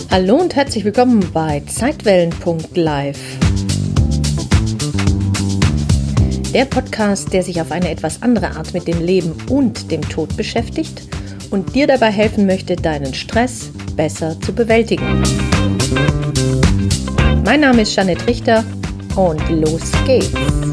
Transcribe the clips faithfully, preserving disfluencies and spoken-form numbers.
Hallo und herzlich willkommen bei Zeitwellen Punkt live. Der Podcast, der sich auf eine etwas andere Art mit dem Leben und dem Tod beschäftigt und dir dabei helfen möchte, deinen Stress besser zu bewältigen. Mein Name ist Jeanette Richter und los geht's.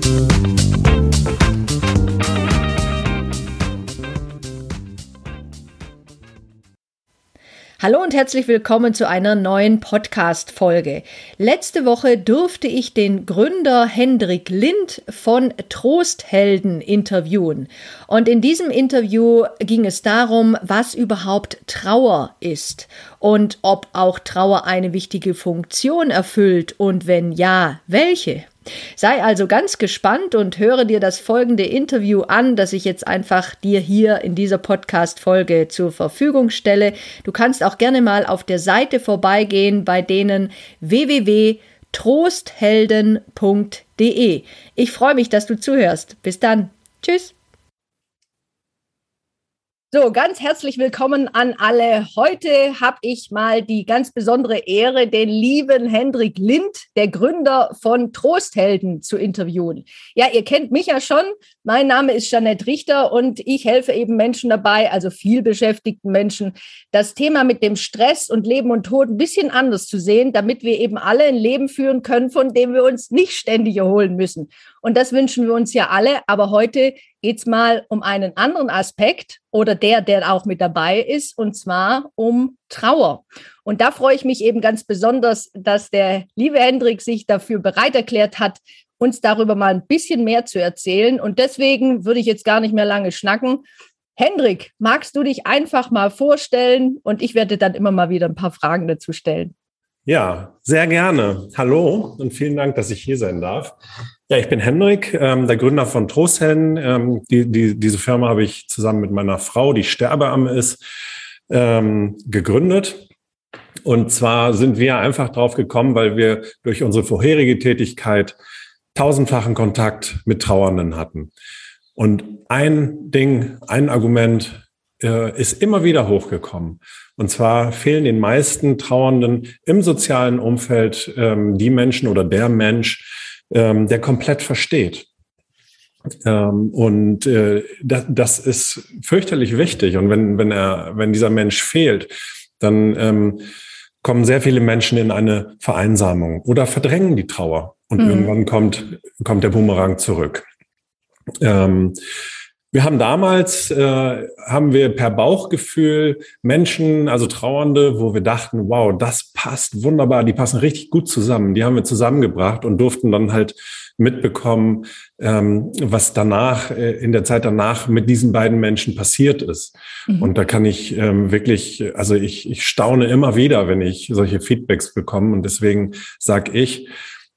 Hallo und herzlich willkommen zu einer neuen Podcast-Folge. Letzte Woche durfte ich den Gründer Hendrik Lind von Trosthelden interviewen. Und in diesem Interview ging es darum, was überhaupt Trauer ist und ob auch Trauer eine wichtige Funktion erfüllt und wenn ja, welche. Sei also ganz gespannt und höre dir das folgende Interview an, das ich jetzt einfach dir hier in dieser Podcast-Folge zur Verfügung stelle. Du kannst auch gerne mal auf der Seite vorbeigehen, bei denen w w w punkt trosthelden punkt d e. Ich freue mich, dass du zuhörst. Bis dann. Tschüss. So, ganz herzlich willkommen an alle. Heute habe ich mal die ganz besondere Ehre, den lieben Hendrik Lind, der Gründer von Trosthelden, zu interviewen. Ja, ihr kennt mich ja schon. Mein Name ist Jeanette Richter und ich helfe eben Menschen dabei, also vielbeschäftigten Menschen, das Thema mit dem Stress und Leben und Tod ein bisschen anders zu sehen, damit wir eben alle ein Leben führen können, von dem wir uns nicht ständig erholen müssen. Und das wünschen wir uns ja alle. Aber heute geht es mal um einen anderen Aspekt oder der, der auch mit dabei ist, und zwar um Trauer. Und da freue ich mich eben ganz besonders, dass der liebe Hendrik sich dafür bereit erklärt hat, uns darüber mal ein bisschen mehr zu erzählen. Und deswegen würde ich jetzt gar nicht mehr lange schnacken. Hendrik, magst du dich einfach mal vorstellen? Und ich werde dann immer mal wieder ein paar Fragen dazu stellen. Ja, sehr gerne. Hallo und vielen Dank, dass ich hier sein darf. Ja, ich bin Hendrik, ähm, der Gründer von Trosthelden. Ähm, die, die, diese Firma habe ich zusammen mit meiner Frau, die sterbeamme ist, ähm, gegründet. Und zwar sind wir einfach drauf gekommen, weil wir durch unsere vorherige Tätigkeit tausendfachen Kontakt mit Trauernden hatten. Und ein Ding, ein Argument äh, ist immer wieder hochgekommen. Und zwar fehlen den meisten Trauernden im sozialen Umfeld ähm, die Menschen oder der Mensch, ähm, der komplett versteht. Ähm, und äh, das, das ist fürchterlich wichtig. Und wenn, wenn er, wenn dieser Mensch fehlt, dann ähm, kommen sehr viele Menschen in eine Vereinsamung oder verdrängen die Trauer. Und mhm. irgendwann kommt, kommt der Bumerang zurück. Ähm, Wir haben damals, äh, haben wir per Bauchgefühl Menschen, also Trauernde, wo wir dachten, wow, das passt wunderbar, die passen richtig gut zusammen. Die haben wir zusammengebracht und durften dann halt mitbekommen, ähm, was danach, äh, in der Zeit danach mit diesen beiden Menschen passiert ist. Mhm. Und da kann ich ähm, wirklich, also ich, ich staune immer wieder, wenn ich solche Feedbacks bekomme. Und deswegen sage ich,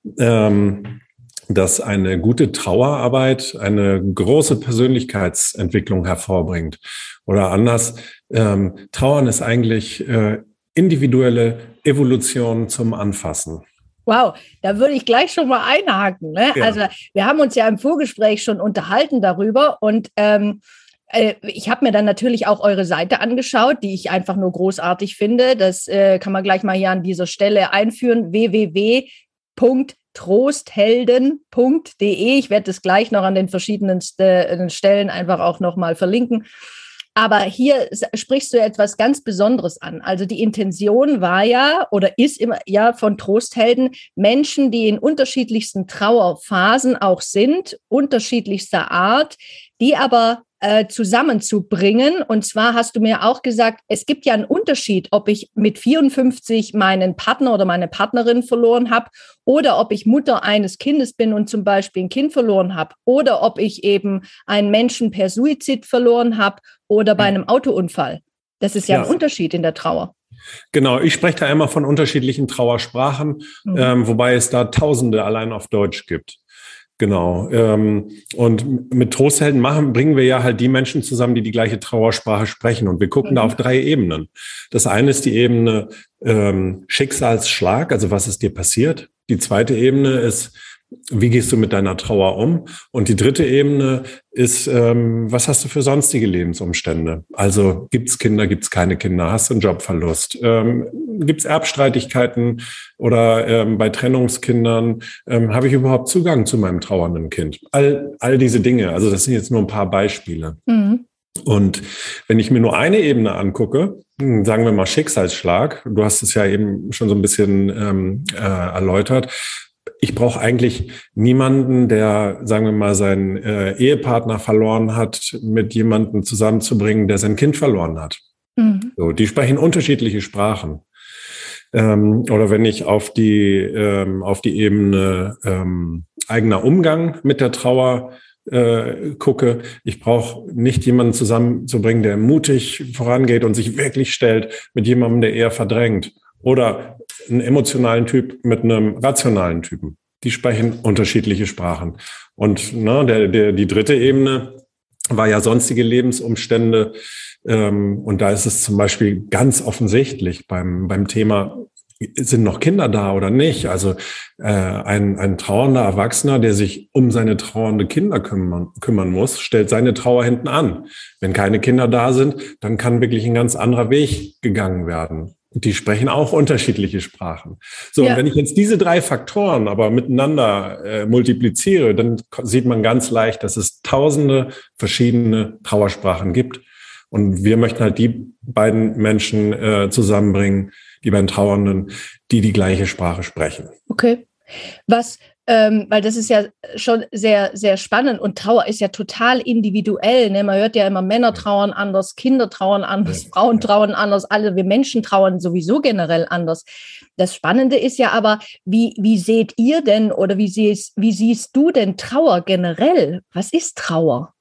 ähm, dass eine gute Trauerarbeit eine große Persönlichkeitsentwicklung hervorbringt. Oder anders, ähm, Trauern ist eigentlich äh, individuelle Evolution zum Anfassen. Wow, da würde ich gleich schon mal einhaken. Ne? Ja. Also wir haben uns ja im Vorgespräch schon unterhalten darüber und ähm, äh, ich habe mir dann natürlich auch eure Seite angeschaut, die ich einfach nur großartig finde. Das äh, kann man gleich mal hier an dieser Stelle einführen, w w w punkt trosthelden punkt d e. Ich werde das gleich noch an den verschiedenen St- Stellen einfach auch nochmal verlinken. Aber hier sprichst du etwas ganz Besonderes an. Also die Intention war ja oder ist immer ja von Trosthelden, Menschen, die in unterschiedlichsten Trauerphasen auch sind, unterschiedlichster Art, die aber äh, zusammenzubringen. Und zwar hast du mir auch gesagt, es gibt ja einen Unterschied, ob ich mit vierundfünfzig meinen Partner oder meine Partnerin verloren habe oder ob ich Mutter eines Kindes bin und zum Beispiel ein Kind verloren habe oder ob ich eben einen Menschen per Suizid verloren habe oder bei einem Autounfall. Das ist ja, ja ein Unterschied in der Trauer. Genau, ich spreche da immer von unterschiedlichen Trauersprachen, mhm. ähm, wobei es da Tausende allein auf Deutsch gibt. Genau. Ähm, und mit Trosthelden machen, bringen wir ja halt die Menschen zusammen, die die gleiche Trauersprache sprechen. Und wir gucken mhm. da auf drei Ebenen. Das eine ist die Ebene ähm, Schicksalsschlag, also was ist dir passiert? Die zweite Ebene ist wie gehst du mit deiner Trauer um? Und die dritte Ebene ist, ähm, was hast du für sonstige Lebensumstände? Also gibt's Kinder, gibt's keine Kinder? Hast du einen Jobverlust? Ähm, gibt's Erbstreitigkeiten oder ähm, bei Trennungskindern? Ähm, habe ich überhaupt Zugang zu meinem trauernden Kind? All, all diese Dinge. Also das sind jetzt nur ein paar Beispiele. Mhm. Und wenn ich mir nur eine Ebene angucke, sagen wir mal Schicksalsschlag, du hast es ja eben schon so ein bisschen ähm, äh, erläutert, ich brauche eigentlich niemanden, der, sagen wir mal, seinen äh, Ehepartner verloren hat, mit jemandem zusammenzubringen, der sein Kind verloren hat. Mhm. So, die sprechen unterschiedliche Sprachen. Ähm, oder wenn ich auf die, ähm, auf die Ebene ähm, eigener Umgang mit der Trauer äh, gucke, ich brauche nicht jemanden zusammenzubringen, der mutig vorangeht und sich wirklich stellt mit jemandem, der eher verdrängt. Oder einen emotionalen Typ mit einem rationalen Typen. Die sprechen unterschiedliche Sprachen. Und ne, der, der, die dritte Ebene war ja sonstige Lebensumstände. Ähm, und da ist es zum Beispiel ganz offensichtlich beim, beim Thema, sind noch Kinder da oder nicht? Also äh, ein, ein trauernder Erwachsener, der sich um seine trauernde Kinder kümmern, kümmern muss, stellt seine Trauer hinten an. Wenn keine Kinder da sind, dann kann wirklich ein ganz anderer Weg gegangen werden. Die sprechen auch unterschiedliche Sprachen. So, ja. Und wenn ich jetzt diese drei Faktoren aber miteinander äh, multipliziere, dann sieht man ganz leicht, dass es tausende verschiedene Trauersprachen gibt. Und wir möchten halt die beiden Menschen äh, zusammenbringen, die beiden Trauernden, die die gleiche Sprache sprechen. Okay. Was, ähm, weil das ist ja schon sehr, sehr spannend und Trauer ist ja total individuell. Ne? Man hört ja immer, Männer trauern anders, Kinder trauern anders, ja. Frauen trauern anders, alle wir Menschen trauern sowieso generell anders. Das Spannende ist ja aber, wie, wie seht ihr denn oder wie siehst, wie siehst du denn Trauer generell? Was ist Trauer?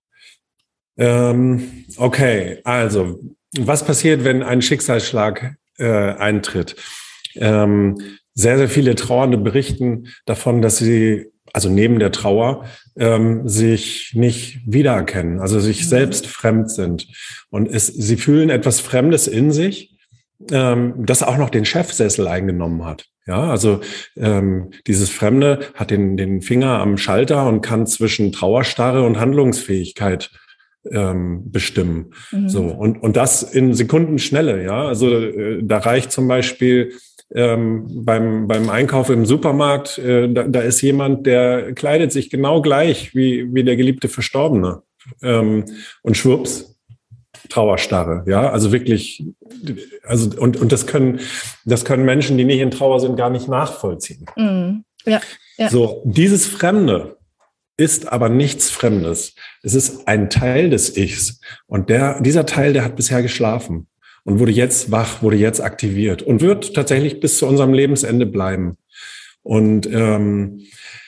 Ähm, okay, also was passiert, wenn ein Schicksalsschlag äh, eintritt? Ähm, sehr, sehr viele Trauernde berichten davon, dass sie, also neben der Trauer, ähm, sich nicht wiedererkennen, also sich mhm. selbst fremd sind. Und es, sie fühlen etwas Fremdes in sich, ähm, das auch noch den Chefsessel eingenommen hat. Ja, also ähm, dieses Fremde hat den, den Finger am Schalter und kann zwischen Trauerstarre und Handlungsfähigkeit ähm, bestimmen. Mhm. So, und, und das in Sekundenschnelle, ja. Also äh, da reicht zum Beispiel ähm, beim, beim Einkauf im Supermarkt, äh, da, da ist jemand, der kleidet sich genau gleich wie, wie der geliebte Verstorbene. Ähm, und schwupps, Trauerstarre, ja. Also wirklich, also, und, und das können, das können Menschen, die nicht in Trauer sind, gar nicht nachvollziehen. Mhm. Ja, ja. So, dieses Fremde ist aber nichts Fremdes. Es ist ein Teil des Ichs. Und der, dieser Teil, der hat bisher geschlafen und wurde jetzt wach, wurde jetzt aktiviert und wird tatsächlich bis zu unserem Lebensende bleiben. Und ähm,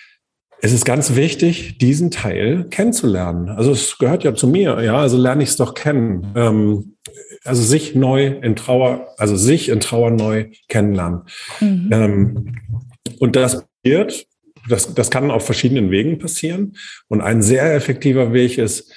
es ist ganz wichtig, diesen Teil kennenzulernen. Also es gehört ja zu mir, ja, also lerne ich es doch kennen. Ähm, also sich neu in Trauer, also sich in Trauer neu kennenlernen. Mhm. Ähm, und das passiert, Das, das kann auf verschiedenen Wegen passieren. Und ein sehr effektiver Weg ist,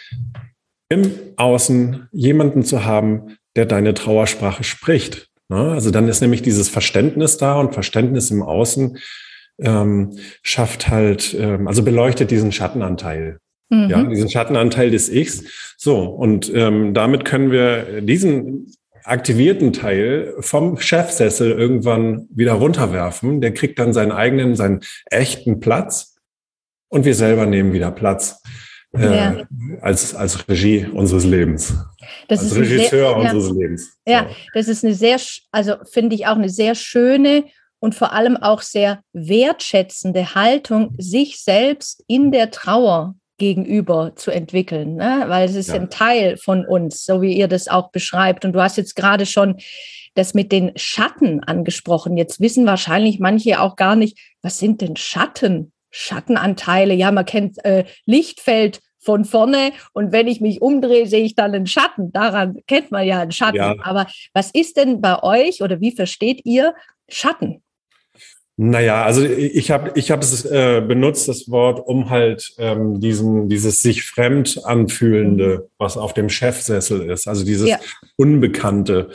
im Außen jemanden zu haben, der deine Trauersprache spricht. Also dann ist nämlich dieses Verständnis da und Verständnis im Außen ähm, schafft halt, ähm, also beleuchtet diesen Schattenanteil. Mhm. Ja, diesen Schattenanteil des Ichs. So, und ähm, damit können wir diesen aktivierten Teil vom Chefsessel irgendwann wieder runterwerfen. Der kriegt dann seinen eigenen, seinen echten Platz und wir selber nehmen wieder Platz äh, ja. als, als Regie unseres Lebens. Das als ist Regisseur sehr, unseres ja, Lebens. Ja, so. Das ist eine sehr, also finde ich auch eine sehr schöne und vor allem auch sehr wertschätzende Haltung, sich selbst in der Trauer gegenüber zu entwickeln, ne? Weil es ist ja ein Teil von uns, so wie ihr das auch beschreibt. Und du hast jetzt gerade schon das mit den Schatten angesprochen. Jetzt wissen wahrscheinlich manche auch gar nicht, was sind denn Schatten? Schattenanteile, ja, man kennt äh, Lichtfeld von vorne und wenn ich mich umdrehe, sehe ich dann einen Schatten. Daran kennt man ja einen Schatten. Ja. Aber was ist denn bei euch oder wie versteht ihr Schatten? Naja, also ich habe ich hab es äh, benutzt, das Wort, um halt ähm, diesen dieses sich fremd anfühlende, was auf dem Chefsessel ist, also dieses ja. Unbekannte,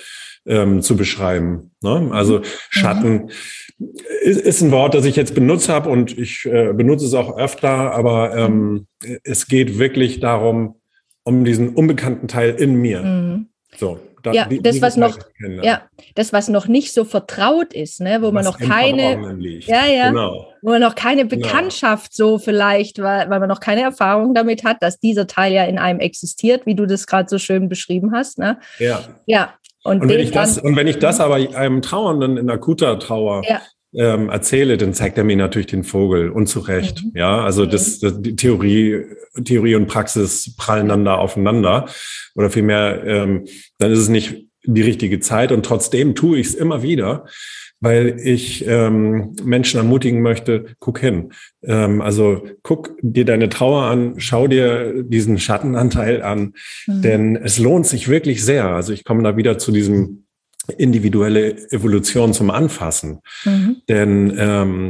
ähm, zu beschreiben. Ne? Also Schatten mhm. ist, ist ein Wort, das ich jetzt benutzt habe und ich äh, benutze es auch öfter, aber ähm, mhm. es geht wirklich darum, um diesen unbekannten Teil in mir. Mhm. So. Da, ja, die, das, was noch, ja, das, was noch nicht so vertraut ist, ne, wo was man noch keine, ja, ja, genau. wo man noch keine Bekanntschaft genau. so vielleicht, weil, weil man noch keine Erfahrung damit hat, dass dieser Teil ja in einem existiert, wie du das gerade so schön beschrieben hast. Ne? Ja. Ja. Und, und, wenn ich das, und wenn ich das aber einem Trauernden in akuter Trauer ja. ähm, erzähle, dann zeigt er mir natürlich den Vogel und zu Recht. Mhm. Ja, also das, das, die Theorie, Theorie und Praxis prallen dann da aufeinander. Oder vielmehr, ähm, dann ist es nicht die richtige Zeit. Und trotzdem tue ich es immer wieder, weil ich ähm, Menschen ermutigen möchte, guck hin. Ähm, also guck dir deine Trauer an, schau dir diesen Schattenanteil an, mhm. denn es lohnt sich wirklich sehr. Also ich komme da wieder zu diesem individuelle Evolution zum Anfassen. Mhm. Denn ähm,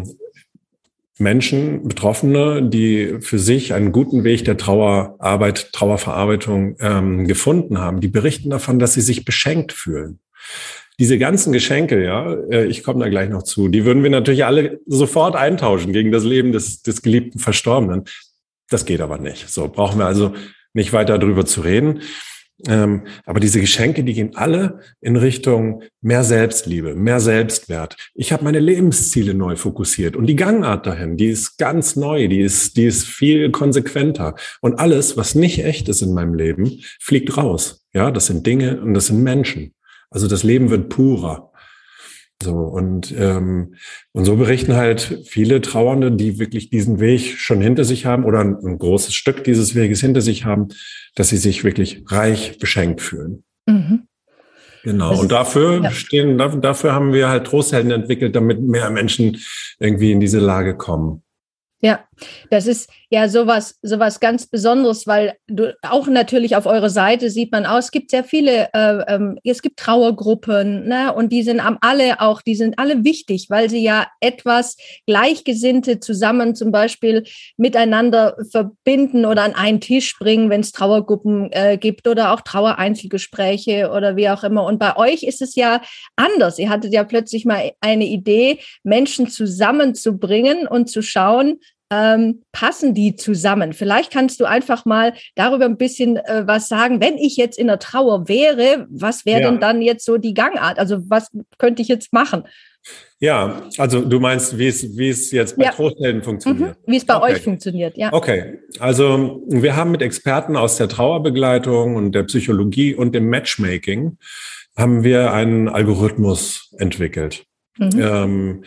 Menschen, Betroffene, die für sich einen guten Weg der Trauerarbeit, Trauerverarbeitung ähm, gefunden haben, die berichten davon, dass sie sich beschenkt fühlen. Diese ganzen Geschenke, ja, äh, ich komme da gleich noch zu, die würden wir natürlich alle sofort eintauschen gegen das Leben des, des geliebten Verstorbenen. Das geht aber nicht. So brauchen wir also nicht weiter drüber zu reden. Ähm, aber diese Geschenke, die gehen alle in Richtung mehr Selbstliebe, mehr Selbstwert. Ich habe meine Lebensziele neu fokussiert und die Gangart dahin, die ist ganz neu, die ist, die ist viel konsequenter. Und alles, was nicht echt ist in meinem Leben, fliegt raus. Ja, das sind Dinge und das sind Menschen. Also das Leben wird purer. So, und, ähm, und so berichten halt viele Trauernde, die wirklich diesen Weg schon hinter sich haben oder ein, ein großes Stück dieses Weges hinter sich haben, dass sie sich wirklich reich beschenkt fühlen. Mhm. Genau. Das und dafür ja. stehen, dafür haben wir halt Trosthelden entwickelt, damit mehr Menschen irgendwie in diese Lage kommen. Ja, das ist ja sowas, sowas ganz Besonderes, weil du auch natürlich auf eurer Seite sieht man auch, es gibt sehr viele, äh, ähm, es gibt Trauergruppen, ne, und die sind am alle auch, die sind alle wichtig, weil sie ja etwas Gleichgesinnte zusammen zum Beispiel miteinander verbinden oder an einen Tisch bringen, wenn es Trauergruppen äh, gibt oder auch Trauereinzelgespräche oder wie auch immer. Und bei euch ist es ja anders. Ihr hattet ja plötzlich mal eine Idee, Menschen zusammenzubringen und zu schauen, Ähm, passen die zusammen? Vielleicht kannst du einfach mal darüber ein bisschen äh, was sagen. Wenn ich jetzt in der Trauer wäre, was wäre ja. denn dann jetzt so die Gangart? Also was könnte ich jetzt machen? Ja, also du meinst, wie es, wie es jetzt bei ja. Trosthelden funktioniert? Mhm. Wie es bei okay. euch funktioniert, ja. Okay, also wir haben mit Experten aus der Trauerbegleitung und der Psychologie und dem Matchmaking haben wir einen Algorithmus entwickelt. Mhm. Ähm,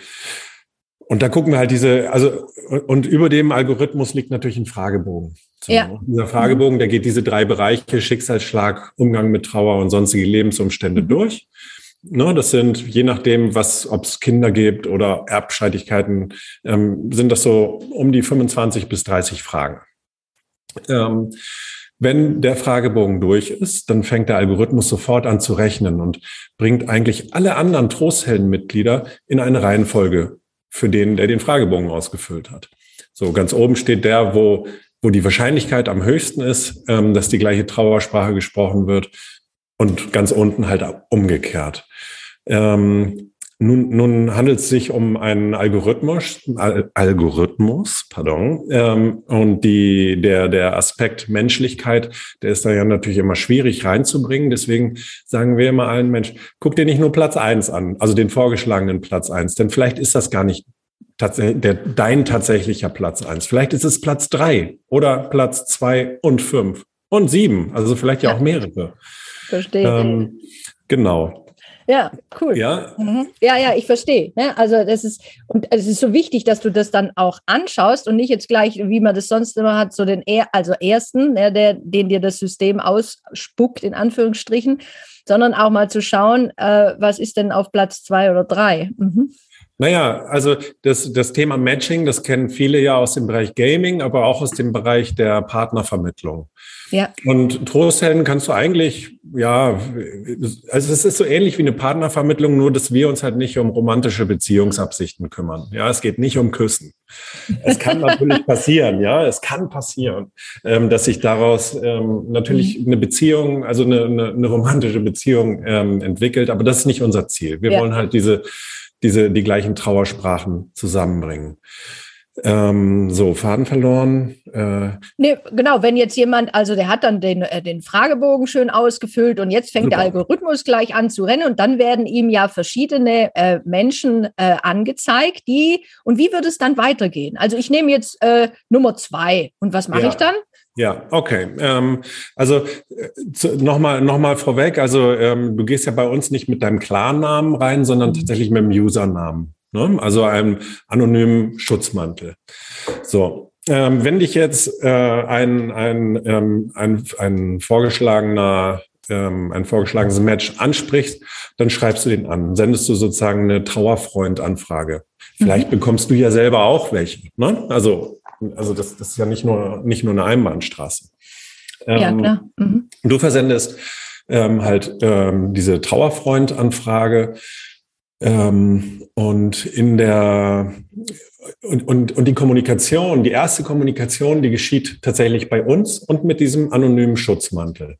Und da gucken wir halt diese, also, und über dem Algorithmus liegt natürlich ein Fragebogen. So, ja. Dieser Fragebogen, der geht diese drei Bereiche, Schicksalsschlag, Umgang mit Trauer und sonstige Lebensumstände mhm. durch. Ne, das sind, je nachdem, was, ob es Kinder gibt oder Erbstreitigkeiten, ähm, sind das so um die fünfundzwanzig bis dreißig Fragen. Ähm, Wenn der Fragebogen durch ist, dann fängt der Algorithmus sofort an zu rechnen und bringt eigentlich alle anderen Trostheldenmitglieder in eine Reihenfolge für den, der den Fragebogen ausgefüllt hat. So, ganz oben steht der, wo, wo die Wahrscheinlichkeit am höchsten ist, ähm, dass die gleiche Trauersprache gesprochen wird, und ganz unten halt umgekehrt. Ähm, nun, nun handelt es sich um einen Algorithmus, Al- Algorithmus, pardon, ähm, und die, der, der Aspekt Menschlichkeit, der ist da ja natürlich immer schwierig reinzubringen. Deswegen sagen wir immer allen Menschen, guck dir nicht nur Platz eins an, also den vorgeschlagenen Platz eins, denn vielleicht ist das gar nicht tatsächlich der, dein tatsächlicher Platz eins. Vielleicht ist es Platz drei oder Platz zwei und fünf und sieben, also vielleicht ja auch mehrere. Verstehe. Ähm, genau. Ja, cool. Ja, mhm. ja, ja, ich verstehe. Ne? Also das ist, und es ist so wichtig, dass du das dann auch anschaust und nicht jetzt gleich, wie man das sonst immer hat, so den er, also ersten, ne, der, den dir das System ausspuckt, in Anführungsstrichen, sondern auch mal zu schauen, äh, was ist denn auf Platz zwei oder drei. Mhm. Naja, also das, das Thema Matching, das kennen viele ja aus dem Bereich Gaming, aber auch aus dem Bereich der Partnervermittlung. Ja. Und Trosthelden kannst du eigentlich ja, also es ist so ähnlich wie eine Partnervermittlung, nur dass wir uns halt nicht um romantische Beziehungsabsichten kümmern. Ja, es geht nicht um Küssen. Es kann natürlich passieren, ja, es kann passieren, ähm, dass sich daraus ähm, natürlich eine Beziehung, also eine, eine, eine romantische Beziehung ähm, entwickelt, aber das ist nicht unser Ziel. Wir ja. wollen halt diese, diese, die gleichen Trauersprachen zusammenbringen. Ähm, so, Faden verloren. Äh. Nee, genau, wenn jetzt jemand, also der hat dann den, äh, den Fragebogen schön ausgefüllt und jetzt fängt Super. Der Algorithmus gleich an zu rennen und dann werden ihm ja verschiedene äh, Menschen äh, angezeigt, die, und wie wird es dann weitergehen? Also ich nehme jetzt äh, Nummer zwei und was mache ja. ich dann? Ja, okay. Ähm, also äh, nochmal noch mal vorweg, also ähm, du gehst ja bei uns nicht mit deinem Klarnamen rein, sondern tatsächlich mit dem Usernamen. Ne? Also einem anonymen Schutzmantel. So, ähm, wenn dich jetzt äh, ein, ein, ähm, ein, ein vorgeschlagener, ähm, ein vorgeschlagenes Match ansprichst, dann schreibst du den an, sendest du sozusagen eine Trauerfreund-Anfrage. Vielleicht mhm. bekommst du ja selber auch welche. Ne? Also, also das, das ist ja nicht nur nicht nur eine Einbahnstraße. Ähm, ja, klar. Mhm. Du versendest ähm, halt ähm, diese Trauerfreund-Anfrage. Ähm, und in der und, und, und die Kommunikation, die erste Kommunikation, die geschieht tatsächlich bei uns und mit diesem anonymen Schutzmantel,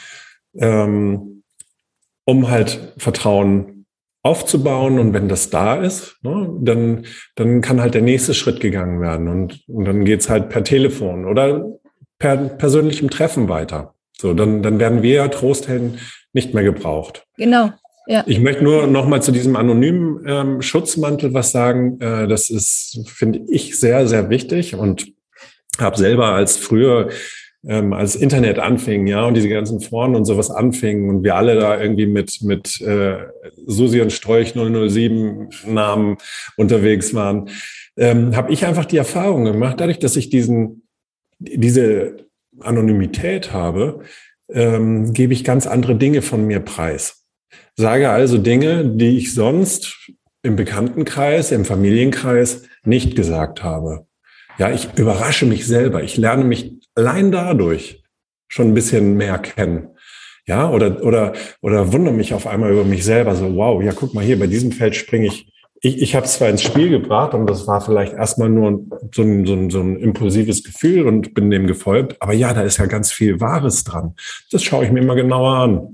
ähm, um halt Vertrauen aufzubauen. Und wenn das da ist, ne, dann, dann kann halt der nächste Schritt gegangen werden. Und, und dann geht's halt per Telefon oder per persönlichem Treffen weiter. So, dann, dann werden wir Trosthelden nicht mehr gebraucht. Genau. Ja. Ich möchte nur noch mal zu diesem anonymen ähm, Schutzmantel was sagen. Äh, das ist, finde ich, sehr, sehr wichtig und habe selber als früher, ähm, als Internet anfing, ja, und diese ganzen Foren und sowas anfingen und wir alle da irgendwie mit mit äh, Susi und Strolch null null sieben Namen unterwegs waren, ähm, habe ich einfach die Erfahrung gemacht, dadurch, dass ich diesen diese Anonymität habe, ähm, gebe ich ganz andere Dinge von mir preis. Sage also Dinge, die ich sonst im Bekanntenkreis, im Familienkreis nicht gesagt habe. Ja, ich überrasche mich selber. Ich lerne mich allein dadurch schon ein bisschen mehr kennen. Ja, oder, oder, oder wundere mich auf einmal über mich selber. So, wow, ja, guck mal hier, bei diesem Feld springe ich. Ich, ich habe es zwar ins Spiel gebracht und das war vielleicht erstmal nur so ein, so, ein, so ein impulsives Gefühl und bin dem gefolgt. Aber ja, da ist ja ganz viel Wahres dran. Das schaue ich mir mal genauer an.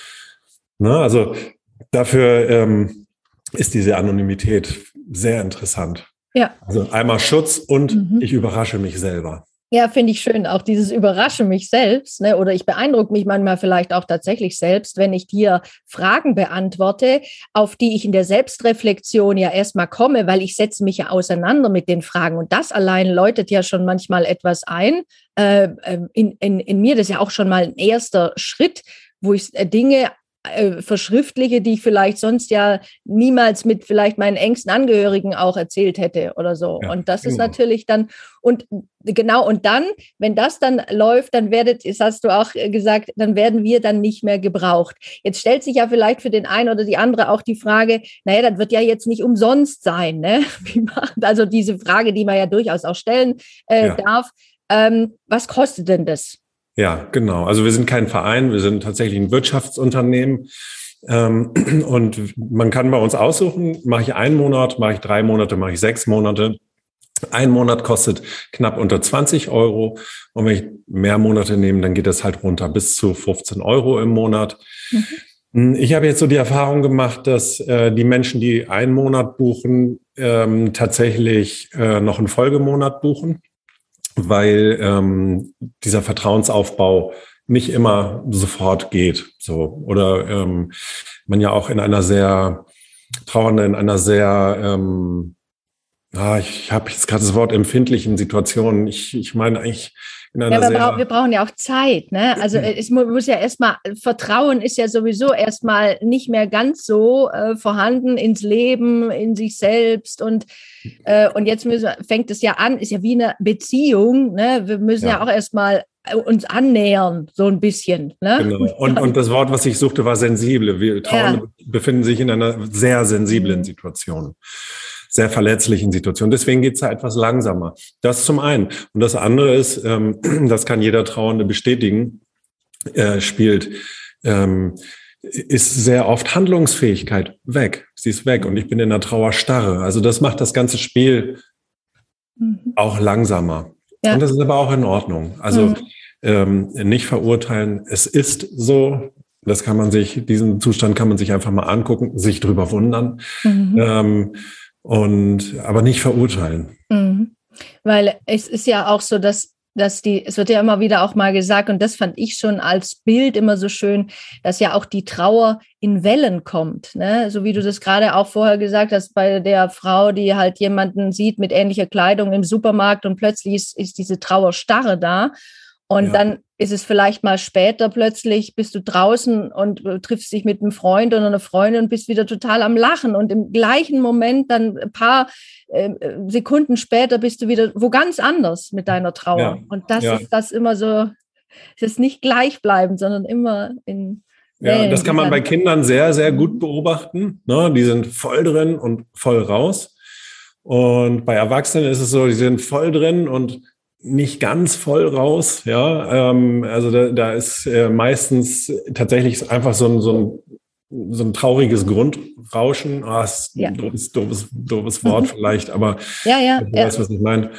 Ne, also dafür ähm, ist diese Anonymität sehr interessant. Ja. Also einmal Schutz und mhm. ich überrasche mich selber. Ja, finde ich schön, auch dieses Überrasche mich selbst, ne? Oder ich beeindrucke mich manchmal vielleicht auch tatsächlich selbst, wenn ich dir Fragen beantworte, auf die ich in der Selbstreflexion ja erstmal komme, weil ich setze mich ja auseinander mit den Fragen und das allein läutet ja schon manchmal etwas ein. Äh, in, in, in mir, das ist ja auch schon mal ein erster Schritt, wo ich Dinge äh, verschriftliche, die ich vielleicht sonst ja niemals mit vielleicht meinen engsten Angehörigen auch erzählt hätte oder so. Ja, und das genau. ist natürlich dann, und genau, und dann, wenn das dann läuft, dann werdet, das hast du auch gesagt, dann werden wir dann nicht mehr gebraucht. Jetzt stellt sich ja vielleicht für den einen oder die andere auch die Frage, naja, das wird ja jetzt nicht umsonst sein, ne? Also diese Frage, die man ja durchaus auch stellen äh, ja. darf, ähm, was kostet denn das? Ja, genau. Also wir sind kein Verein, wir sind tatsächlich ein Wirtschaftsunternehmen. Ähm, und man kann bei uns aussuchen, mache ich einen Monat, mache ich drei Monate, mache ich sechs Monate. Ein Monat kostet knapp unter zwanzig Euro. Und wenn ich mehr Monate nehme, dann geht das halt runter bis zu fünfzehn Euro im Monat. Mhm. Ich habe jetzt so die Erfahrung gemacht, dass äh, die Menschen, die einen Monat buchen, ähm, tatsächlich äh, noch einen Folgemonat buchen, weil ähm, dieser Vertrauensaufbau nicht immer sofort geht. So, oder ähm, man ja auch in einer sehr trauernden, in einer sehr, ähm, ah, ich habe jetzt gerade das Wort empfindlichen Situation. Ich, ich meine eigentlich in einer ja, aber sehr... wir brauchen ja auch Zeit, ne? Also es muss ja erstmal, Vertrauen ist ja sowieso erstmal nicht mehr ganz so äh, vorhanden ins Leben, in sich selbst und äh, und jetzt müssen, fängt es ja an, ist ja wie eine Beziehung, ne? Wir müssen ja, ja auch erstmal uns annähern, so ein bisschen. Ne? Genau. Und, und das Wort, was ich suchte, war sensible. Wir Trauernde ja. befinden sich in einer sehr sensiblen Situation, sehr verletzlichen Situation. Deswegen geht es da etwas langsamer. Das zum einen. Und das andere ist, ähm, das kann jeder Trauernde bestätigen, äh, spielt ähm, ist sehr oft Handlungsfähigkeit weg. Sie ist weg und ich bin in der Trauerstarre. Also das macht das ganze Spiel mhm. auch langsamer. Ja. Und das ist aber auch in Ordnung. Also mhm. ähm, nicht verurteilen. Es ist so. Das kann man sich, diesen Zustand kann man sich einfach mal angucken, sich drüber wundern. Mhm. Ähm, und aber nicht verurteilen. Mhm. Weil es ist ja auch so, dass dass die, es wird ja immer wieder auch mal gesagt, und das fand ich schon als Bild immer so schön, dass ja auch die Trauer in Wellen kommt, ne? So wie du das gerade auch vorher gesagt hast, bei der Frau, die halt jemanden sieht mit ähnlicher Kleidung im Supermarkt und plötzlich ist, ist diese Trauerstarre da. Und ja. dann ist es vielleicht mal später plötzlich, bist du draußen und triffst dich mit einem Freund oder einer Freundin und bist wieder total am Lachen. Und im gleichen Moment, dann ein paar äh, Sekunden später, bist du wieder wo ganz anders mit deiner Trauer. Ja. Und das ja. ist das immer so, es ist nicht gleichbleibend, sondern immer in Ja, das kann man bei Kindern sehr, sehr gut beobachten. Ne? Die sind voll drin und voll raus. Und bei Erwachsenen ist es so, die sind voll drin und nicht ganz voll raus, ja, ähm, also da, da ist äh, meistens tatsächlich einfach so ein, so ein, so ein trauriges Grundrauschen. Ah, ist ein ja. doofes, doofes, doofes Wort mhm. vielleicht, aber ja, ja, du weißt, ja. was ich meine.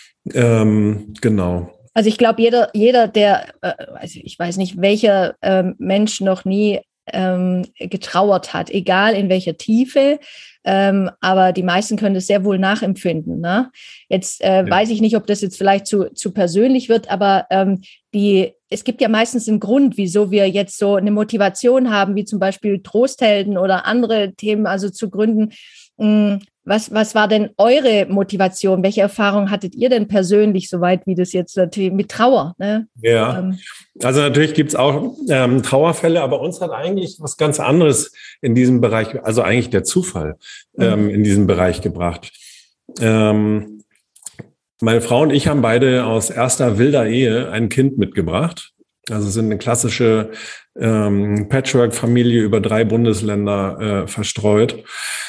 Ähm, genau. Also ich glaube, jeder, jeder, der, äh, also ich weiß nicht, welcher ähm, Mensch noch nie ähm, getrauert hat, egal in welcher Tiefe, Ähm, aber die meisten können das sehr wohl nachempfinden. Ne? Jetzt äh, ja. weiß ich nicht, ob das jetzt vielleicht zu, zu persönlich wird, aber ähm, die, es gibt ja meistens einen Grund, wieso wir jetzt so eine Motivation haben, wie zum Beispiel Trosthelden oder andere Themen, also zu gründen. Hm, was, was war denn eure Motivation? Welche Erfahrung hattet ihr denn persönlich, soweit wie das jetzt natürlich mit Trauer? Ne? Ja, ähm, also natürlich gibt es auch ähm, Trauerfälle, aber uns hat eigentlich was ganz anderes in diesem Bereich, also eigentlich der Zufall ähm, mhm. in diesem Bereich gebracht. Ähm, meine Frau und ich haben beide aus erster wilder Ehe ein Kind mitgebracht. Also sind eine klassische ähm, Patchwork-Familie über drei Bundesländer äh, verstreut.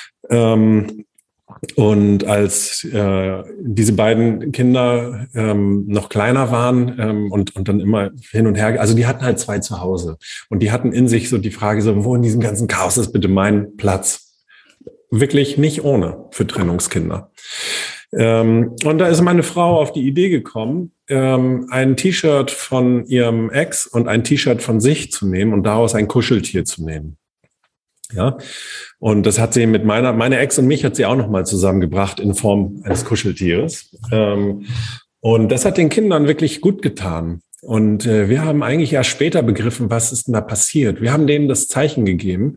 Ähm, Und als äh, diese beiden Kinder ähm, noch kleiner waren ähm, und, und dann immer hin und her, also die hatten halt zwei zu Hause und die hatten in sich so die Frage, so wo in diesem ganzen Chaos ist bitte mein Platz? Wirklich nicht ohne für Trennungskinder. Ähm, und da ist meine Frau auf die Idee gekommen, ähm, ein T-Shirt von ihrem Ex und ein T-Shirt von sich zu nehmen und daraus ein Kuscheltier zu nehmen. Ja, und das hat sie mit meiner, meine Ex und mich hat sie auch nochmal zusammengebracht in Form eines Kuscheltieres. Ähm, und das hat den Kindern wirklich gut getan. Und äh, wir haben eigentlich erst später begriffen, was ist denn da passiert. Wir haben denen das Zeichen gegeben,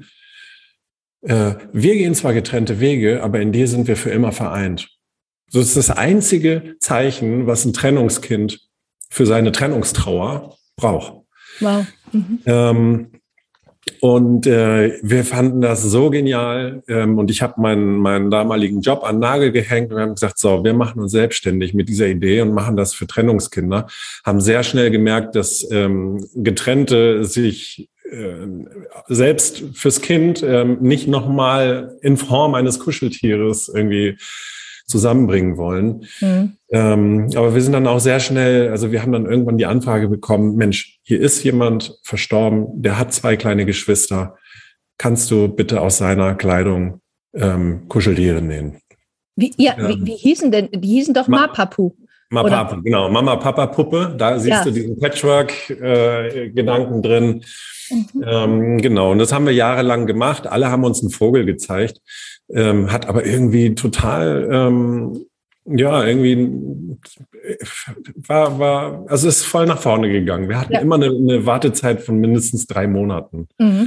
äh, wir gehen zwar getrennte Wege, aber in dir sind wir für immer vereint. So ist das einzige Zeichen, was ein Trennungskind für seine Trennungstrauer braucht. Wow. Mhm. Ähm, Und äh, wir fanden das so genial ähm, und ich habe meinen meinen damaligen Job an den Nagel gehängt und wir haben gesagt, so, wir machen uns selbstständig mit dieser Idee und machen das für Trennungskinder. Haben sehr schnell gemerkt, dass ähm, Getrennte sich äh, selbst fürs Kind ähm, nicht nochmal in Form eines Kuscheltieres irgendwie zusammenbringen wollen. Mhm. Ähm, aber wir sind dann auch sehr schnell, also wir haben dann irgendwann die Anfrage bekommen, Mensch, hier ist jemand verstorben, der hat zwei kleine Geschwister. Kannst du bitte aus seiner Kleidung ähm, Kuscheltiere nähen? Wie, ja, ähm, wie, wie hießen denn, die hießen doch Ma- Mapapu. Mapapu, genau. Mama-Papa-Puppe, da siehst ja. du diesen Patchwork-Gedanken äh, drin. Mhm. Ähm, genau, und das haben wir jahrelang gemacht. Alle haben uns einen Vogel gezeigt, ähm, hat aber irgendwie total, ähm, ja, irgendwie war, war, also es ist voll nach vorne gegangen. Wir hatten ja. immer eine, eine Wartezeit von mindestens drei Monaten. Mhm.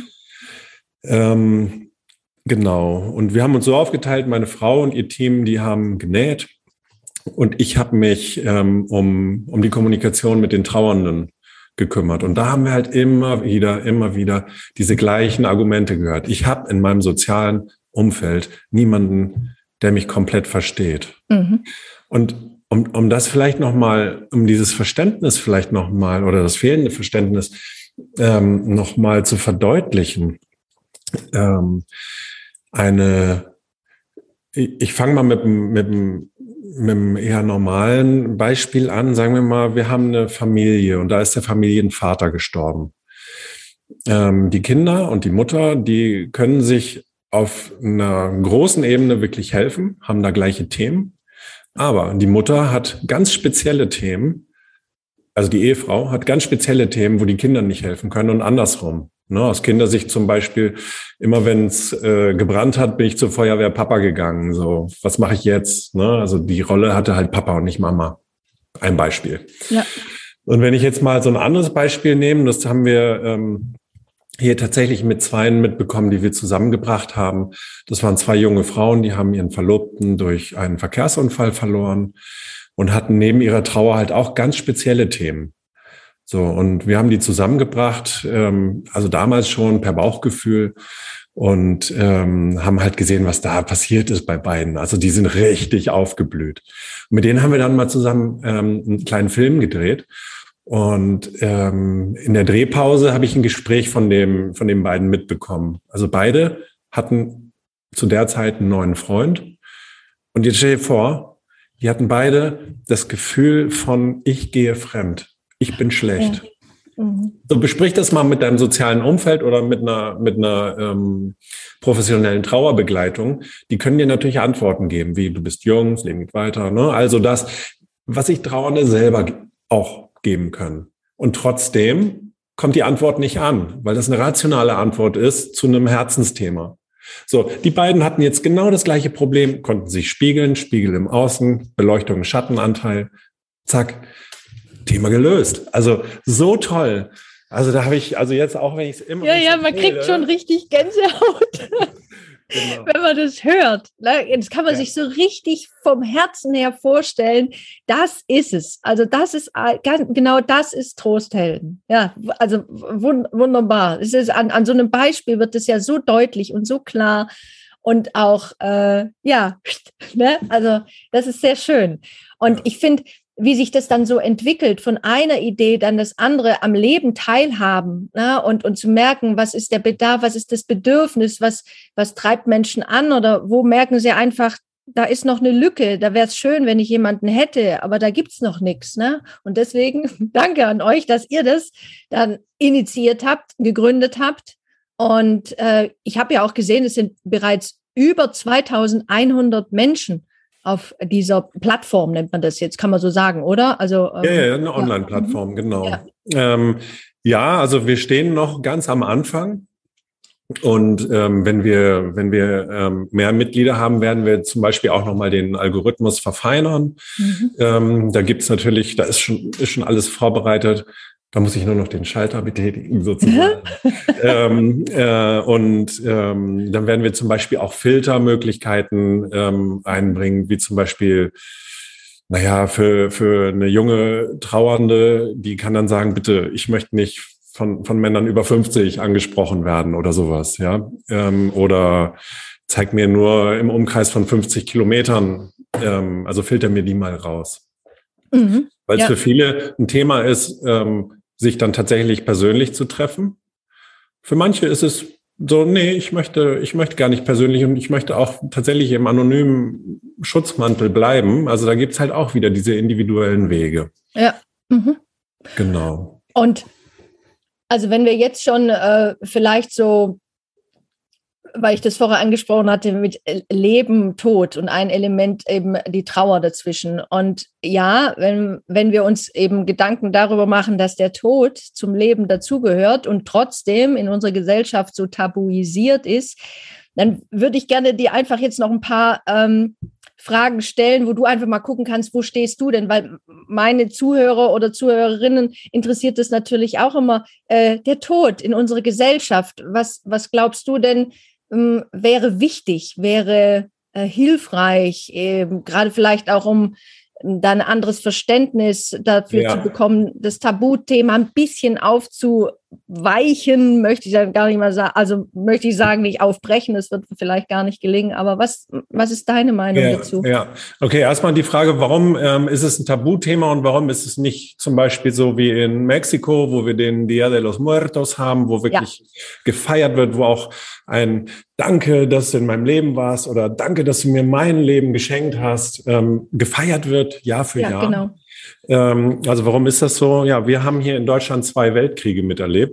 Ähm, genau, und wir haben uns so aufgeteilt, meine Frau und ihr Team, die haben genäht und ich habe mich ähm, um, um die Kommunikation mit den Trauernden gekümmert. Und da haben wir halt immer wieder, immer wieder diese gleichen Argumente gehört. Ich habe in meinem sozialen Umfeld niemanden, der mich komplett versteht. Mhm. Und um, um das vielleicht nochmal, um dieses Verständnis vielleicht nochmal oder das fehlende Verständnis ähm, nochmal zu verdeutlichen, ähm, eine, ich, ich fange mal mit, mit, mit einem eher normalen Beispiel an. Sagen wir mal, wir haben eine Familie und da ist der Familienvater gestorben. ähm, die Kinder und die Mutter, die können sich auf einer großen Ebene wirklich helfen, haben da gleiche Themen. Aber die Mutter hat ganz spezielle Themen, also die Ehefrau hat ganz spezielle Themen, wo die Kinder nicht helfen können und andersrum. Ne, aus Kindersicht zum Beispiel, immer wenn es äh, gebrannt hat, bin ich zur Feuerwehr Papa gegangen. So, was mache ich jetzt? Ne? Also die Rolle hatte halt Papa und nicht Mama. Ein Beispiel. Ja. Und wenn ich jetzt mal so ein anderes Beispiel nehme, das haben wir ähm, hier tatsächlich mit Zweien mitbekommen, die wir zusammengebracht haben. Das waren zwei junge Frauen, die haben ihren Verlobten durch einen Verkehrsunfall verloren und hatten neben ihrer Trauer halt auch ganz spezielle Themen. So, und wir haben die zusammengebracht, ähm, also damals schon per Bauchgefühl und ähm, haben halt gesehen, was da passiert ist bei beiden. Also die sind richtig aufgeblüht. Und mit denen haben wir dann mal zusammen ähm, einen kleinen Film gedreht. Und ähm, in der Drehpause habe ich ein Gespräch von dem von den beiden mitbekommen. Also beide hatten zu der Zeit einen neuen Freund. Und jetzt stell dir vor, die hatten beide das Gefühl von, ich gehe fremd. Ich bin schlecht. Ja. Mhm. So, besprich das mal mit deinem sozialen Umfeld oder mit einer, mit einer ähm, professionellen Trauerbegleitung. Die können dir natürlich Antworten geben, wie du bist jung, das Leben geht weiter. Ne? Also das, was sich Trauernde selber auch geben können. Und trotzdem kommt die Antwort nicht an, weil das eine rationale Antwort ist zu einem Herzensthema. So, die beiden hatten jetzt genau das gleiche Problem, konnten sich spiegeln, Spiegel im Außen, Beleuchtung, Schattenanteil, zack. Thema gelöst. Also so toll. Also da habe ich, also jetzt auch, wenn ich es immer... Ja, ja, man kriegt schon richtig Gänsehaut, genau. Wenn man das hört. Jetzt kann man ja. sich so richtig vom Herzen her vorstellen, das ist es. Also das ist, genau das ist Trosthelden. Ja, also wunderbar. Es ist an, an so einem Beispiel wird es ja so deutlich und so klar und auch, äh, ja, ne? Also das ist sehr schön. Und ja. ich finde, wie sich das dann so entwickelt, von einer Idee dann das andere am Leben teilhaben, ne? und, und zu merken, was ist der Bedarf, was ist das Bedürfnis, was, was treibt Menschen an oder wo merken sie einfach, da ist noch eine Lücke, da wäre es schön, wenn ich jemanden hätte, aber da gibt's noch nichts. Ne? Und deswegen danke an euch, dass ihr das dann initiiert habt, gegründet habt. Und äh, ich habe ja auch gesehen, es sind bereits über zweitausendeinhundert Menschen auf dieser Plattform, nennt man das jetzt, kann man so sagen, oder? Also ähm, ja, ja, eine Online-Plattform, ja. genau. Ja. Ähm, ja, also wir stehen noch ganz am Anfang und ähm, wenn wir wenn wir ähm, mehr Mitglieder haben, werden wir zum Beispiel auch nochmal den Algorithmus verfeinern. Mhm. Ähm, da gibt's natürlich, da ist schon ist schon alles vorbereitet. Da muss ich nur noch den Schalter betätigen, sozusagen. ähm, äh, und ähm, dann werden wir zum Beispiel auch Filtermöglichkeiten ähm, einbringen, wie zum Beispiel, naja, für für eine junge Trauernde, die kann dann sagen, bitte, ich möchte nicht von von Männern über fünfzig angesprochen werden oder sowas, ja. Ähm, oder zeig mir nur im Umkreis von fünfzig Kilometern, ähm, also filter mir die mal raus. Mhm. Weil es ja. für viele ein Thema ist, ähm, sich dann tatsächlich persönlich zu treffen. Für manche ist es so, nee, ich möchte, ich möchte gar nicht persönlich und ich möchte auch tatsächlich im anonymen Schutzmantel bleiben. Also da gibt's halt auch wieder diese individuellen Wege. Ja. Mhm. Genau. Und also wenn wir jetzt schon äh, vielleicht so, weil ich das vorher angesprochen hatte, mit Leben, Tod und ein Element eben die Trauer dazwischen. Und ja, wenn, wenn wir uns eben Gedanken darüber machen, dass der Tod zum Leben dazugehört und trotzdem in unserer Gesellschaft so tabuisiert ist, dann würde ich gerne dir einfach jetzt noch ein paar ähm, Fragen stellen, wo du einfach mal gucken kannst, wo stehst du denn? Weil meine Zuhörer oder Zuhörerinnen interessiert es natürlich auch immer, äh, der Tod in unserer Gesellschaft. Was, was glaubst du denn, wäre wichtig, wäre äh, hilfreich, eben, gerade vielleicht auch, um dann ein anderes Verständnis dafür ja. zu bekommen, das Tabuthema ein bisschen aufzuweichen, möchte ich dann gar nicht mal sagen, also möchte ich sagen, nicht aufbrechen, das wird vielleicht gar nicht gelingen, aber was, was ist deine Meinung ja, dazu? Ja, okay, erstmal die Frage, warum ähm, ist es ein Tabuthema und warum ist es nicht zum Beispiel so wie in Mexiko, wo wir den Dia de los Muertos haben, wo wirklich ja. gefeiert wird, wo auch ein Danke, dass du in meinem Leben warst oder Danke, dass du mir mein Leben geschenkt hast, ähm, gefeiert wird, Jahr für ja, Jahr. Genau. Ähm, also warum ist das so? Ja, wir haben hier in Deutschland zwei Weltkriege miterlebt.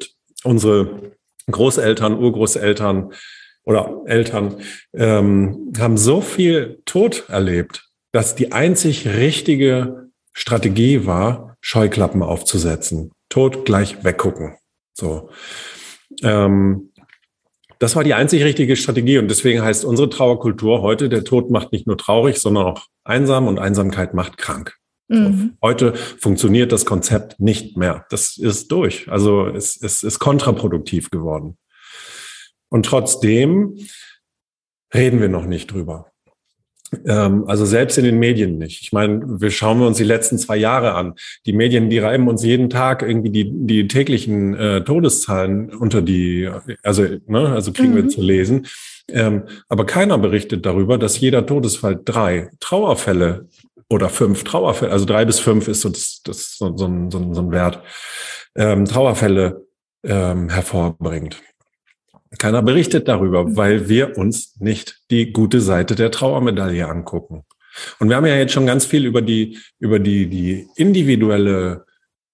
unsere Großeltern, Urgroßeltern oder Eltern ähm, haben so viel Tod erlebt, dass die einzig richtige Strategie war, Scheuklappen aufzusetzen. Tod gleich weggucken. So. Ähm, das war die einzig richtige Strategie und deswegen heißt unsere Trauerkultur heute, der Tod macht nicht nur traurig, sondern auch einsam und Einsamkeit macht krank. So. Mhm. Heute funktioniert das Konzept nicht mehr. Das ist durch. Also es, es ist kontraproduktiv geworden. Und trotzdem reden wir noch nicht drüber. Ähm, also selbst in den Medien nicht. Ich meine, wir schauen wir uns die letzten zwei Jahre an. Die Medien, die reiben uns jeden Tag irgendwie die, die täglichen äh, Todeszahlen unter die, also, ne, also kriegen mhm. wir zu lesen. Ähm, aber keiner berichtet darüber, dass jeder Todesfall drei Trauerfälle oder fünf Trauerfälle, also drei bis fünf ist so, das, das so, so, ein, so ein Wert, ähm, Trauerfälle ähm, hervorbringt. Keiner berichtet darüber, weil wir uns nicht die gute Seite der Trauermedaille angucken. Und wir haben ja jetzt schon ganz viel über die über die die individuelle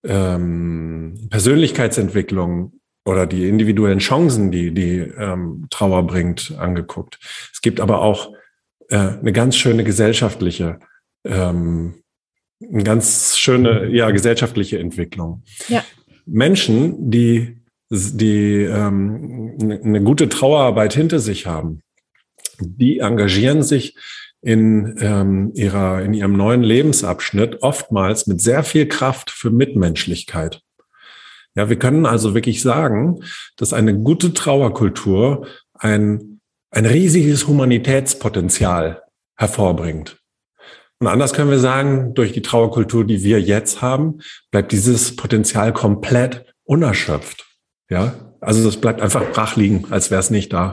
ähm, Persönlichkeitsentwicklung oder die individuellen Chancen, die die ähm, Trauer bringt, angeguckt. Es gibt aber auch äh, eine ganz schöne gesellschaftliche, ähm, eine ganz schöne ja gesellschaftliche Entwicklung. Ja. Menschen, die die ähm, eine gute Trauerarbeit hinter sich haben, die engagieren sich in ähm, ihrer in ihrem neuen Lebensabschnitt oftmals mit sehr viel Kraft für Mitmenschlichkeit. Ja, wir können also wirklich sagen, dass eine gute Trauerkultur ein ein riesiges Humanitätspotenzial hervorbringt. Und anders können wir sagen, durch die Trauerkultur, die wir jetzt haben, bleibt dieses Potenzial komplett unerschöpft. Ja, also das bleibt einfach brach liegen, als wäre es nicht da.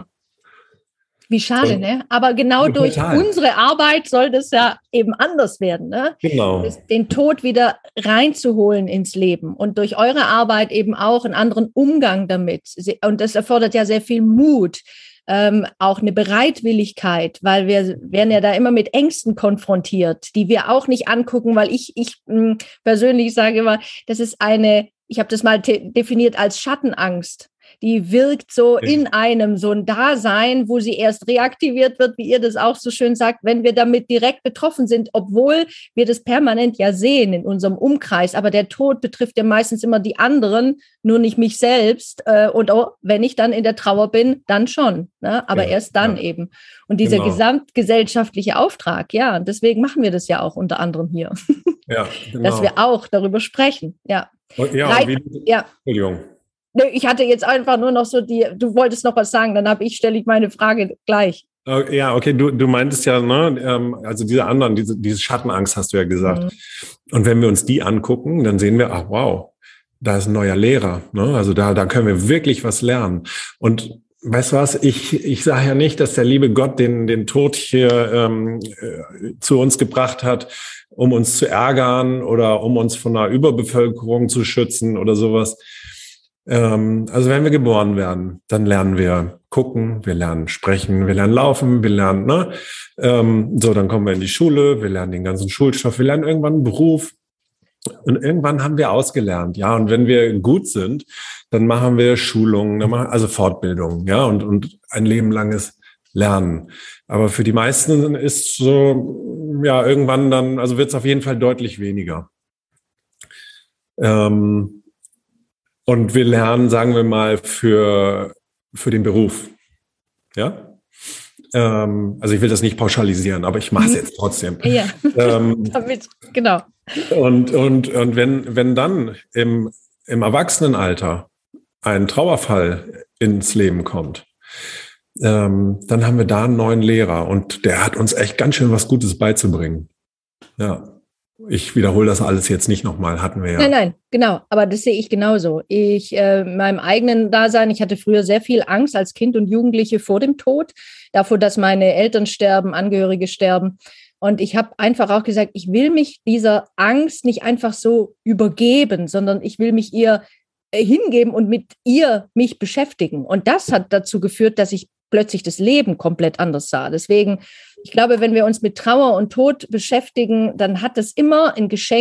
Wie schade, so, ne? Aber genau durch total. Unsere Arbeit soll das ja eben anders werden, ne? Genau. Das, den Tod wieder reinzuholen ins Leben und durch eure Arbeit eben auch einen anderen Umgang damit. Und das erfordert ja sehr viel Mut, ähm, auch eine Bereitwilligkeit, weil wir werden ja da immer mit Ängsten konfrontiert, die wir auch nicht angucken, weil ich, ich mh, persönlich sage immer, das ist eine Ich habe das mal te- definiert als Schattenangst. Die wirkt so in einem, so ein Dasein, wo sie erst reaktiviert wird, wie ihr das auch so schön sagt, wenn wir damit direkt betroffen sind, obwohl wir das permanent ja sehen in unserem Umkreis. Aber der Tod betrifft ja meistens immer die anderen, nur nicht mich selbst. Und auch wenn ich dann in der Trauer bin, dann schon. Ne? Aber ja, erst dann ja. eben. Und dieser genau. gesamtgesellschaftliche Auftrag, ja, und deswegen machen wir das ja auch unter anderem hier. Ja, genau. Dass wir auch darüber sprechen, ja. Ja, Drei, wie, ja. Entschuldigung. Ich hatte jetzt einfach nur noch so die, du wolltest noch was sagen, dann habe ich, stelle ich meine Frage gleich. Ja, okay, du, du meintest ja, ne, also diese anderen, diese, diese Schattenangst hast du ja gesagt. Mhm. Und wenn wir uns die angucken, dann sehen wir, ach wow, da ist ein neuer Lehrer, ne? Also da, da können wir wirklich was lernen. Und weißt du was, ich, ich sage ja nicht, dass der liebe Gott den, den Tod hier ähm, äh, zu uns gebracht hat, um uns zu ärgern oder um uns von einer Überbevölkerung zu schützen oder sowas. Ähm, also wenn wir geboren werden, dann lernen wir gucken, wir lernen sprechen, wir lernen laufen, wir lernen, ne? Ähm, so, dann kommen wir in die Schule, wir lernen den ganzen Schulstoff, wir lernen irgendwann einen Beruf. Und irgendwann haben wir ausgelernt, ja. Und wenn wir gut sind, dann machen wir Schulungen, dann machen, also Fortbildungen, ja, und, und ein lebenlanges Lernen. Aber für die meisten ist so, ja, irgendwann dann, also wird es auf jeden Fall deutlich weniger. Ähm, und wir lernen, sagen wir mal, für, für den Beruf, ja. Ähm, also ich will das nicht pauschalisieren, aber ich mache es jetzt trotzdem. Ja, ähm, damit, genau. Und, und, und wenn, wenn dann im, im Erwachsenenalter ein Trauerfall ins Leben kommt, ähm, dann haben wir da einen neuen Lehrer und der hat uns echt ganz schön was Gutes beizubringen. Ja, ich wiederhole das alles jetzt nicht nochmal, hatten wir ja. Nein, nein, genau, aber das sehe ich genauso. Ich, äh, in meinem eigenen Dasein, ich hatte früher sehr viel Angst als Kind und Jugendliche vor dem Tod, davor, dass meine Eltern sterben, Angehörige sterben. Und ich habe einfach auch gesagt, ich will mich dieser Angst nicht einfach so übergeben, sondern ich will mich ihr hingeben und mit ihr mich beschäftigen. Und das hat dazu geführt, dass ich plötzlich das Leben komplett anders sah. Deswegen, ich glaube, wenn wir uns mit Trauer und Tod beschäftigen, dann hat das immer ein Geschenk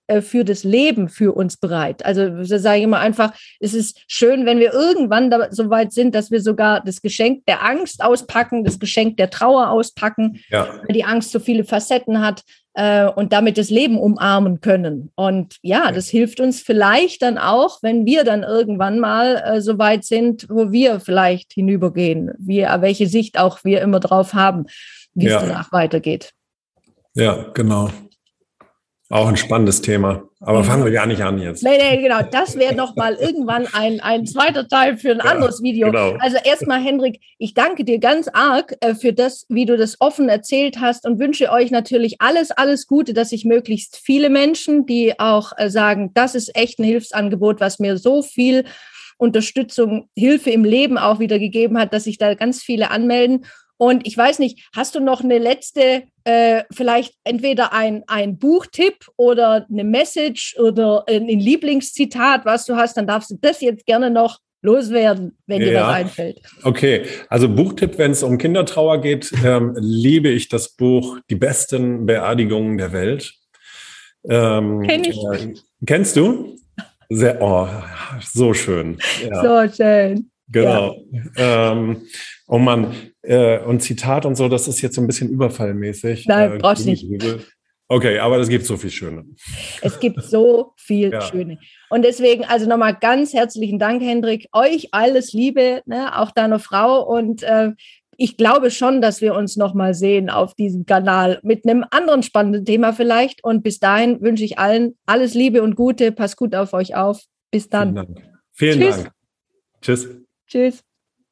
äh, für das Leben für uns bereit. Also da sage ich immer einfach, es ist schön, wenn wir irgendwann da so weit sind, dass wir sogar das Geschenk der Angst auspacken, das Geschenk der Trauer auspacken, ja. weil die Angst so viele Facetten hat äh, und damit das Leben umarmen können. Und ja, das hilft uns vielleicht dann auch, wenn wir dann irgendwann mal äh, so weit sind, wo wir vielleicht hinübergehen, wie, welche Sicht auch wir immer drauf haben, wie ja. es danach weitergeht. Ja, genau. Auch ein spannendes Thema. Aber fangen wir gar nicht an jetzt. Nee, nee, genau. Das wäre noch mal irgendwann ein, ein zweiter Teil für ein ja, anderes Video. Genau. Also erstmal, Hendrik, ich danke dir ganz arg äh, für das, wie du das offen erzählt hast und wünsche euch natürlich alles, alles Gute, dass sich möglichst viele Menschen, die auch äh, sagen, das ist echt ein Hilfsangebot, was mir so viel Unterstützung, Hilfe im Leben auch wieder gegeben hat, dass sich da ganz viele anmelden. Und ich weiß nicht, hast du noch eine letzte, äh, vielleicht entweder ein, ein Buchtipp oder eine Message oder ein Lieblingszitat, was du hast, dann darfst du das jetzt gerne noch loswerden, wenn ja. dir das einfällt. Okay, also Buchtipp, wenn es um Kindertrauer geht, ähm, liebe ich das Buch Die besten Beerdigungen der Welt. Ähm, Kenn ich. Äh, kennst du? Sehr, oh, so schön. Ja. So schön. Genau. Ja. Ähm, oh Mann, äh, und Zitat und so, das ist jetzt so ein bisschen überfallmäßig. Nein, äh, brauchst nicht. Okay, aber es gibt so viel Schöne. Es gibt so viel ja. Schöne. Und deswegen, also nochmal ganz herzlichen Dank, Hendrik. Euch alles Liebe, ne, auch deiner Frau. Und äh, ich glaube schon, dass wir uns nochmal sehen auf diesem Kanal mit einem anderen spannenden Thema vielleicht. Und bis dahin wünsche ich allen alles Liebe und Gute. Passt gut auf euch auf. Bis dann. Vielen Dank. Vielen Tschüss. Dank. Tschüss. Tschüss.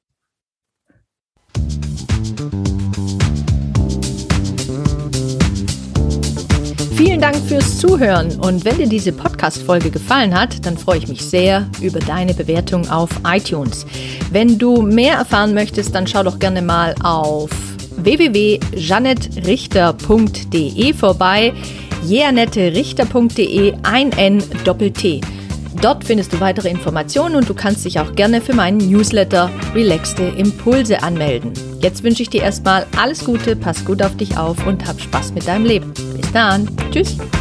Vielen Dank fürs Zuhören und wenn dir diese Podcast-Folge gefallen hat, dann freue ich mich sehr über deine Bewertung auf iTunes. Wenn du mehr erfahren möchtest, dann schau doch gerne mal auf w w w punkt jeanette richter punkt d e vorbei, jeanette richter punkt d e, ein N, Doppel-T. Dort findest du weitere Informationen und du kannst dich auch gerne für meinen Newsletter Relaxte Impulse anmelden. Jetzt wünsche ich dir erstmal alles Gute, pass gut auf dich auf und hab Spaß mit deinem Leben. Bis dann. Tschüss.